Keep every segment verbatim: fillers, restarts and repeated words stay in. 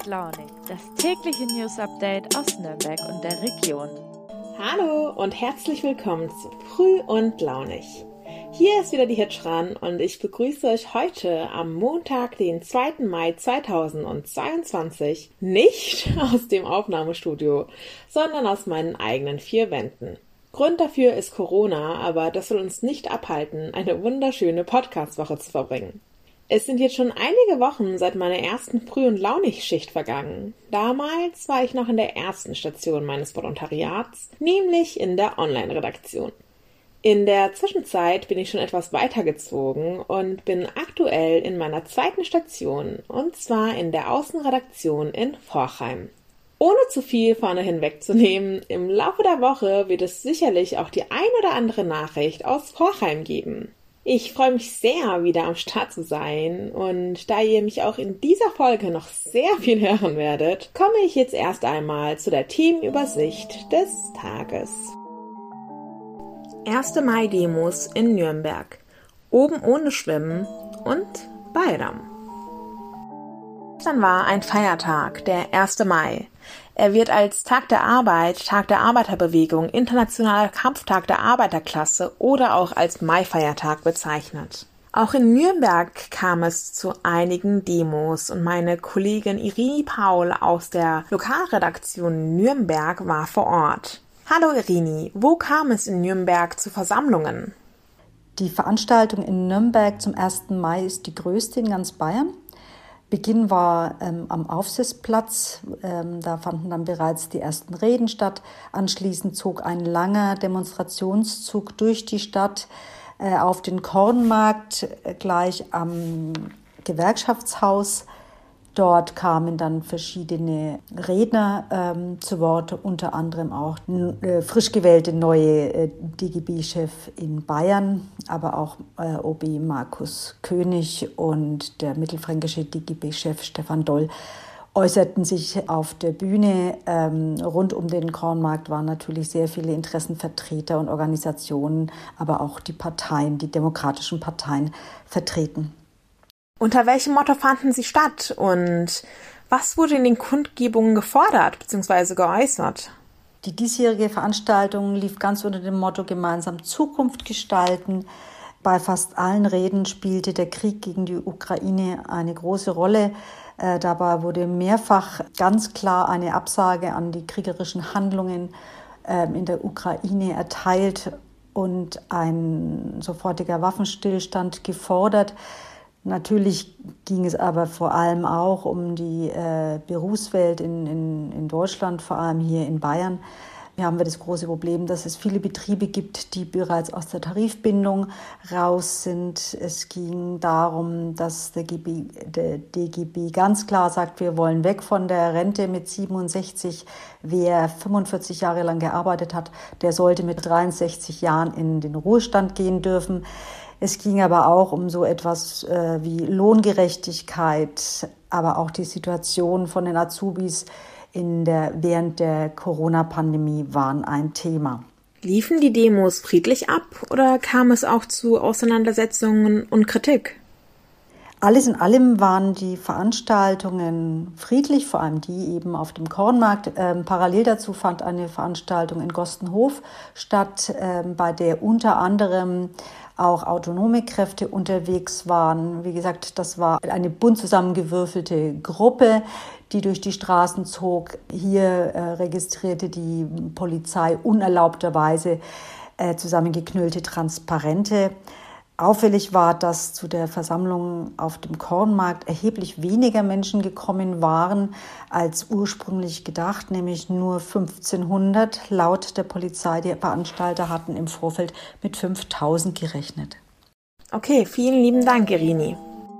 und Launig, das tägliche News-Update aus Nürnberg und der Region. Hallo und herzlich willkommen zu Früh und Launig. Hier ist wieder die Hitschran und ich begrüße euch heute am Montag, den zweiten Mai zweitausendzweiundzwanzig, nicht aus dem Aufnahmestudio, sondern aus meinen eigenen vier Wänden. Grund dafür ist Corona, aber das soll uns nicht abhalten, eine wunderschöne Podcast-Woche zu verbringen. Es sind jetzt schon einige Wochen seit meiner ersten Früh- und Launig-Schicht vergangen. Damals war ich noch in der ersten Station meines Volontariats, nämlich in der Online-Redaktion. In der Zwischenzeit bin ich schon etwas weitergezogen und bin aktuell in meiner zweiten Station, und zwar in der Außenredaktion in Forchheim. Ohne zu viel vorne hinwegzunehmen, im Laufe der Woche wird es sicherlich auch die ein oder andere Nachricht aus Forchheim geben. Ich freue mich sehr, wieder am Start zu sein, und da ihr mich auch in dieser Folge noch sehr viel hören werdet, komme ich jetzt erst einmal zu der Themenübersicht des Tages. erste Mai-Demos in Nürnberg. Oben ohne Schwimmen und Bayram. Gestern war ein Feiertag, der erste Mai. Er wird als Tag der Arbeit, Tag der Arbeiterbewegung, Internationaler Kampftag der Arbeiterklasse oder auch als Maifeiertag bezeichnet. Auch in Nürnberg kam es zu einigen Demos und meine Kollegin Irini Paul aus der Lokalredaktion Nürnberg war vor Ort. Hallo Irini, wo kam es in Nürnberg zu Versammlungen? Die Veranstaltung in Nürnberg zum ersten Mai ist die größte in ganz Bayern. Beginn war ähm, am Aufsitzplatz, ähm, da fanden dann bereits die ersten Reden statt. Anschließend zog ein langer Demonstrationszug durch die Stadt äh, auf den Kornmarkt, äh, gleich am Gewerkschaftshaus. Dort kamen dann verschiedene Redner ähm, zu Wort, unter anderem auch äh, frisch gewählte neue äh, D G B-Chef in Bayern, aber auch äh, O B Markus König und der mittelfränkische D G B-Chef Stefan Doll äußerten sich auf der Bühne. Ähm, rund um den Kornmarkt waren natürlich sehr viele Interessenvertreter und Organisationen, aber auch die Parteien, die demokratischen Parteien vertreten. Unter welchem Motto fanden sie statt und was wurde in den Kundgebungen gefordert bzw. geäußert? Die diesjährige Veranstaltung lief ganz unter dem Motto Gemeinsam Zukunft gestalten. Bei fast allen Reden spielte der Krieg gegen die Ukraine eine große Rolle. Äh, dabei wurde mehrfach ganz klar eine Absage an die kriegerischen Handlungen äh, in der Ukraine erteilt und ein sofortiger Waffenstillstand gefordert. Natürlich ging es aber vor allem auch um die äh, Berufswelt in, in, in Deutschland, vor allem hier in Bayern. Hier haben wir das große Problem, dass es viele Betriebe gibt, die bereits aus der Tarifbindung raus sind. Es ging darum, dass der, G B, der D G B ganz klar sagt, wir wollen weg von der Rente mit siebenundsechzig. Wer fünfundvierzig Jahre lang gearbeitet hat, der sollte mit dreiundsechzig Jahren in den Ruhestand gehen dürfen. Es ging aber auch um so etwas äh, wie Lohngerechtigkeit, aber auch die Situation von den Azubis in der, während der Corona-Pandemie waren ein Thema. Liefen die Demos friedlich ab oder kam es auch zu Auseinandersetzungen und Kritik? Alles in allem waren die Veranstaltungen friedlich, vor allem die eben auf dem Kornmarkt. Ähm, parallel dazu fand eine Veranstaltung in Gostenhof statt, ähm, bei der unter anderem auch autonome Kräfte unterwegs waren. Wie gesagt, das war eine bunt zusammengewürfelte Gruppe, die durch die Straßen zog. Hier äh, registrierte die Polizei unerlaubterweise äh, zusammengeknüllte Transparente. Auffällig war, dass zu der Versammlung auf dem Kornmarkt erheblich weniger Menschen gekommen waren als ursprünglich gedacht, nämlich nur fünfzehnhundert. Laut der Polizei, die Veranstalter hatten im Vorfeld mit fünftausend gerechnet. Okay, vielen lieben Dank, Irini.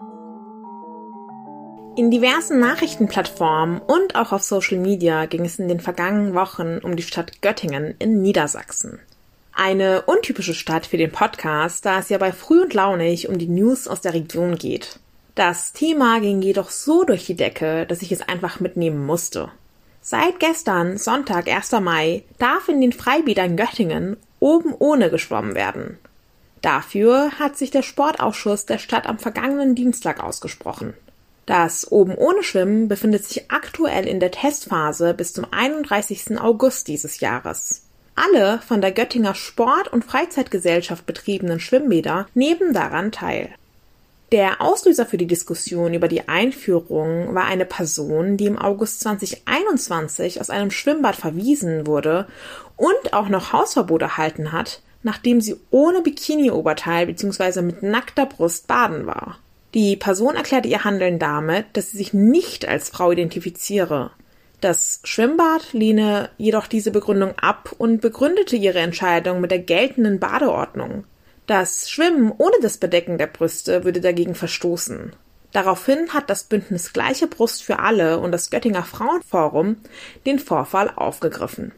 In diversen Nachrichtenplattformen und auch auf Social Media ging es in den vergangenen Wochen um die Stadt Göttingen in Niedersachsen. Eine untypische Stadt für den Podcast, da es ja bei Früh und Launig um die News aus der Region geht. Das Thema ging jedoch so durch die Decke, dass ich es einfach mitnehmen musste. Seit gestern, Sonntag, erster Mai, darf in den Freibädern Göttingen oben ohne geschwommen werden. Dafür hat sich der Sportausschuss der Stadt am vergangenen Dienstag ausgesprochen. Das Oben ohne Schwimmen befindet sich aktuell in der Testphase bis zum einunddreißigsten August dieses Jahres. Alle von der Göttinger Sport- und Freizeitgesellschaft betriebenen Schwimmbäder nehmen daran teil. Der Auslöser für die Diskussion über die Einführung war eine Person, die im August zweitausendeinundzwanzig aus einem Schwimmbad verwiesen wurde und auch noch Hausverbot erhalten hat, nachdem sie ohne Bikini-Oberteil bzw. mit nackter Brust baden war. Die Person erklärte ihr Handeln damit, dass sie sich nicht als Frau identifiziere. Das Schwimmbad lehne jedoch diese Begründung ab und begründete ihre Entscheidung mit der geltenden Badeordnung. Das Schwimmen ohne das Bedecken der Brüste würde dagegen verstoßen. Daraufhin hat das Bündnis Gleiche Brust für alle und das Göttinger Frauenforum den Vorfall aufgegriffen.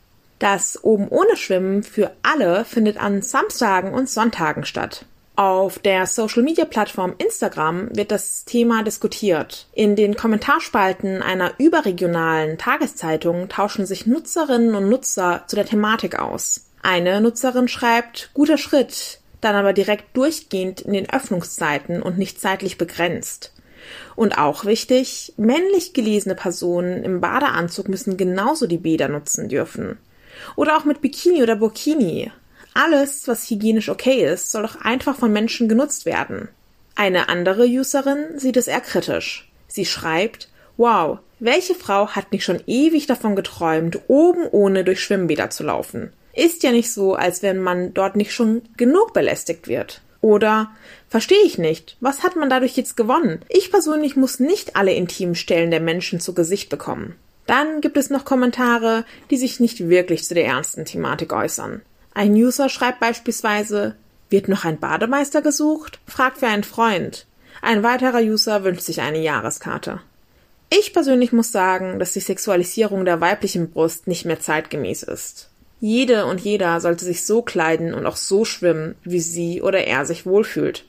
Das Oben ohne Schwimmen für alle findet an Samstagen und Sonntagen statt. Auf der Social-Media-Plattform Instagram wird das Thema diskutiert. In den Kommentarspalten einer überregionalen Tageszeitung tauschen sich Nutzerinnen und Nutzer zu der Thematik aus. Eine Nutzerin schreibt, guter Schritt, dann aber direkt durchgehend in den Öffnungszeiten und nicht zeitlich begrenzt. Und auch wichtig, männlich gelesene Personen im Badeanzug müssen genauso die Bäder nutzen dürfen. Oder auch mit Bikini oder Burkini. Alles, was hygienisch okay ist, soll doch einfach von Menschen genutzt werden. Eine andere Userin sieht es eher kritisch. Sie schreibt, wow, welche Frau hat nicht schon ewig davon geträumt, oben ohne durch Schwimmbäder zu laufen? Ist ja nicht so, als wenn man dort nicht schon genug belästigt wird. Oder, verstehe ich nicht, was hat man dadurch jetzt gewonnen? Ich persönlich muss nicht alle intimen Stellen der Menschen zu Gesicht bekommen. Dann gibt es noch Kommentare, die sich nicht wirklich zu der ernsten Thematik äußern. Ein User schreibt beispielsweise, wird noch ein Bademeister gesucht? Fragt für einen Freund. Ein weiterer User wünscht sich eine Jahreskarte. Ich persönlich muss sagen, dass die Sexualisierung der weiblichen Brust nicht mehr zeitgemäß ist. Jede und jeder sollte sich so kleiden und auch so schwimmen, wie sie oder er sich wohlfühlt.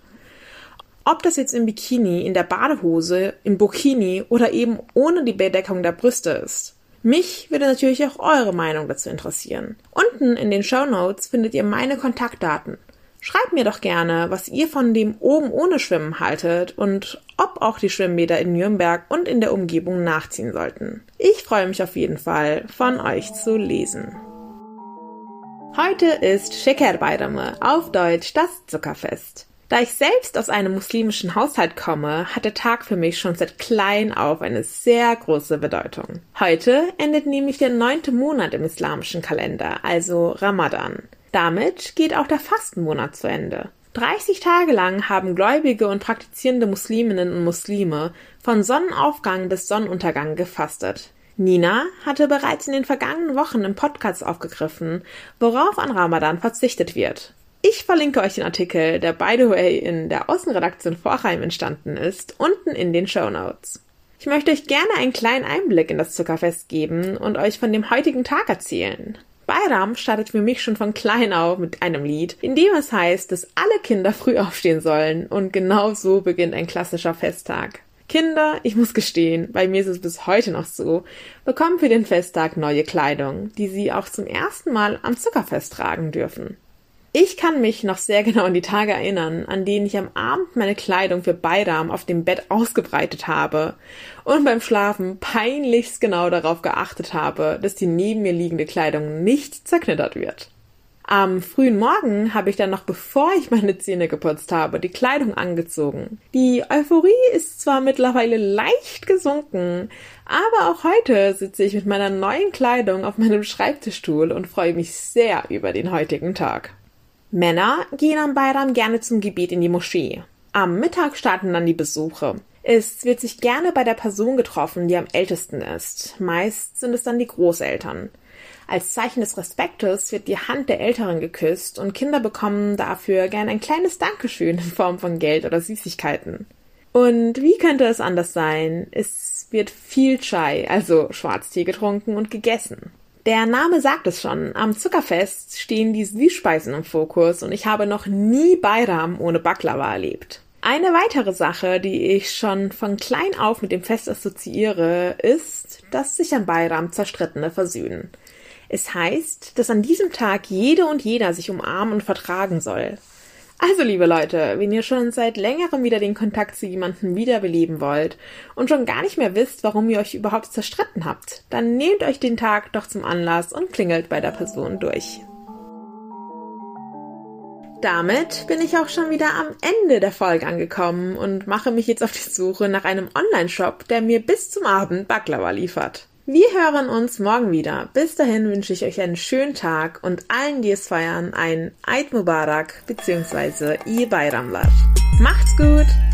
Ob das jetzt im Bikini, in der Badehose, im Burkini oder eben ohne die Bedeckung der Brüste ist. Mich würde natürlich auch eure Meinung dazu interessieren. Unten in den Shownotes findet ihr meine Kontaktdaten. Schreibt mir doch gerne, was ihr von dem Oben ohne Schwimmen haltet und ob auch die Schwimmbäder in Nürnberg und in der Umgebung nachziehen sollten. Ich freue mich auf jeden Fall, von euch zu lesen. Heute ist Şeker Bayramı, auf Deutsch das Zuckerfest. Da ich selbst aus einem muslimischen Haushalt komme, hat der Tag für mich schon seit klein auf eine sehr große Bedeutung. Heute endet nämlich der neunte Monat im islamischen Kalender, also Ramadan. Damit geht auch der Fastenmonat zu Ende. dreißig Tage lang haben gläubige und praktizierende Musliminnen und Muslime von Sonnenaufgang bis Sonnenuntergang gefastet. Nina hatte bereits in den vergangenen Wochen im Podcast aufgegriffen, worauf an Ramadan verzichtet wird. Ich verlinke euch den Artikel, der by the way in der Außenredaktion Vorheim entstanden ist, unten in den Shownotes. Ich möchte euch gerne einen kleinen Einblick in das Zuckerfest geben und euch von dem heutigen Tag erzählen. Bayram startet für mich schon von klein auf mit einem Lied, in dem es heißt, dass alle Kinder früh aufstehen sollen, und genau so beginnt ein klassischer Festtag. Kinder, ich muss gestehen, bei mir ist es bis heute noch so, bekommen für den Festtag neue Kleidung, die sie auch zum ersten Mal am Zuckerfest tragen dürfen. Ich kann mich noch sehr genau an die Tage erinnern, an denen ich am Abend meine Kleidung für Bayram auf dem Bett ausgebreitet habe und beim Schlafen peinlichst genau darauf geachtet habe, dass die neben mir liegende Kleidung nicht zerknittert wird. Am frühen Morgen habe ich dann noch, bevor ich meine Zähne geputzt habe, die Kleidung angezogen. Die Euphorie ist zwar mittlerweile leicht gesunken, aber auch heute sitze ich mit meiner neuen Kleidung auf meinem Schreibtischstuhl und freue mich sehr über den heutigen Tag. Männer gehen am Bayram gerne zum Gebet in die Moschee. Am Mittag starten dann die Besuche. Es wird sich gerne bei der Person getroffen, die am ältesten ist. Meist sind es dann die Großeltern. Als Zeichen des Respektes wird die Hand der Älteren geküsst und Kinder bekommen dafür gerne ein kleines Dankeschön in Form von Geld oder Süßigkeiten. Und wie könnte es anders sein? Es wird viel Chai, also Schwarztee, getrunken und gegessen. Der Name sagt es schon, am Zuckerfest stehen die Süßspeisen im Fokus und ich habe noch nie Bayram ohne Baklava erlebt. Eine weitere Sache, die ich schon von klein auf mit dem Fest assoziiere, ist, dass sich an Bayram Zerstrittene versöhnen. Es heißt, dass an diesem Tag jede und jeder sich umarmen und vertragen soll. Also, liebe Leute, wenn ihr schon seit längerem wieder den Kontakt zu jemandem wiederbeleben wollt und schon gar nicht mehr wisst, warum ihr euch überhaupt zerstritten habt, dann nehmt euch den Tag doch zum Anlass und klingelt bei der Person durch. Damit bin ich auch schon wieder am Ende der Folge angekommen und mache mich jetzt auf die Suche nach einem Online-Shop, der mir bis zum Abend Baklava liefert. Wir hören uns morgen wieder. Bis dahin wünsche ich euch einen schönen Tag und allen, die es feiern, einen Eid Mubarak bzw. Eid Bayramlar. Macht's gut!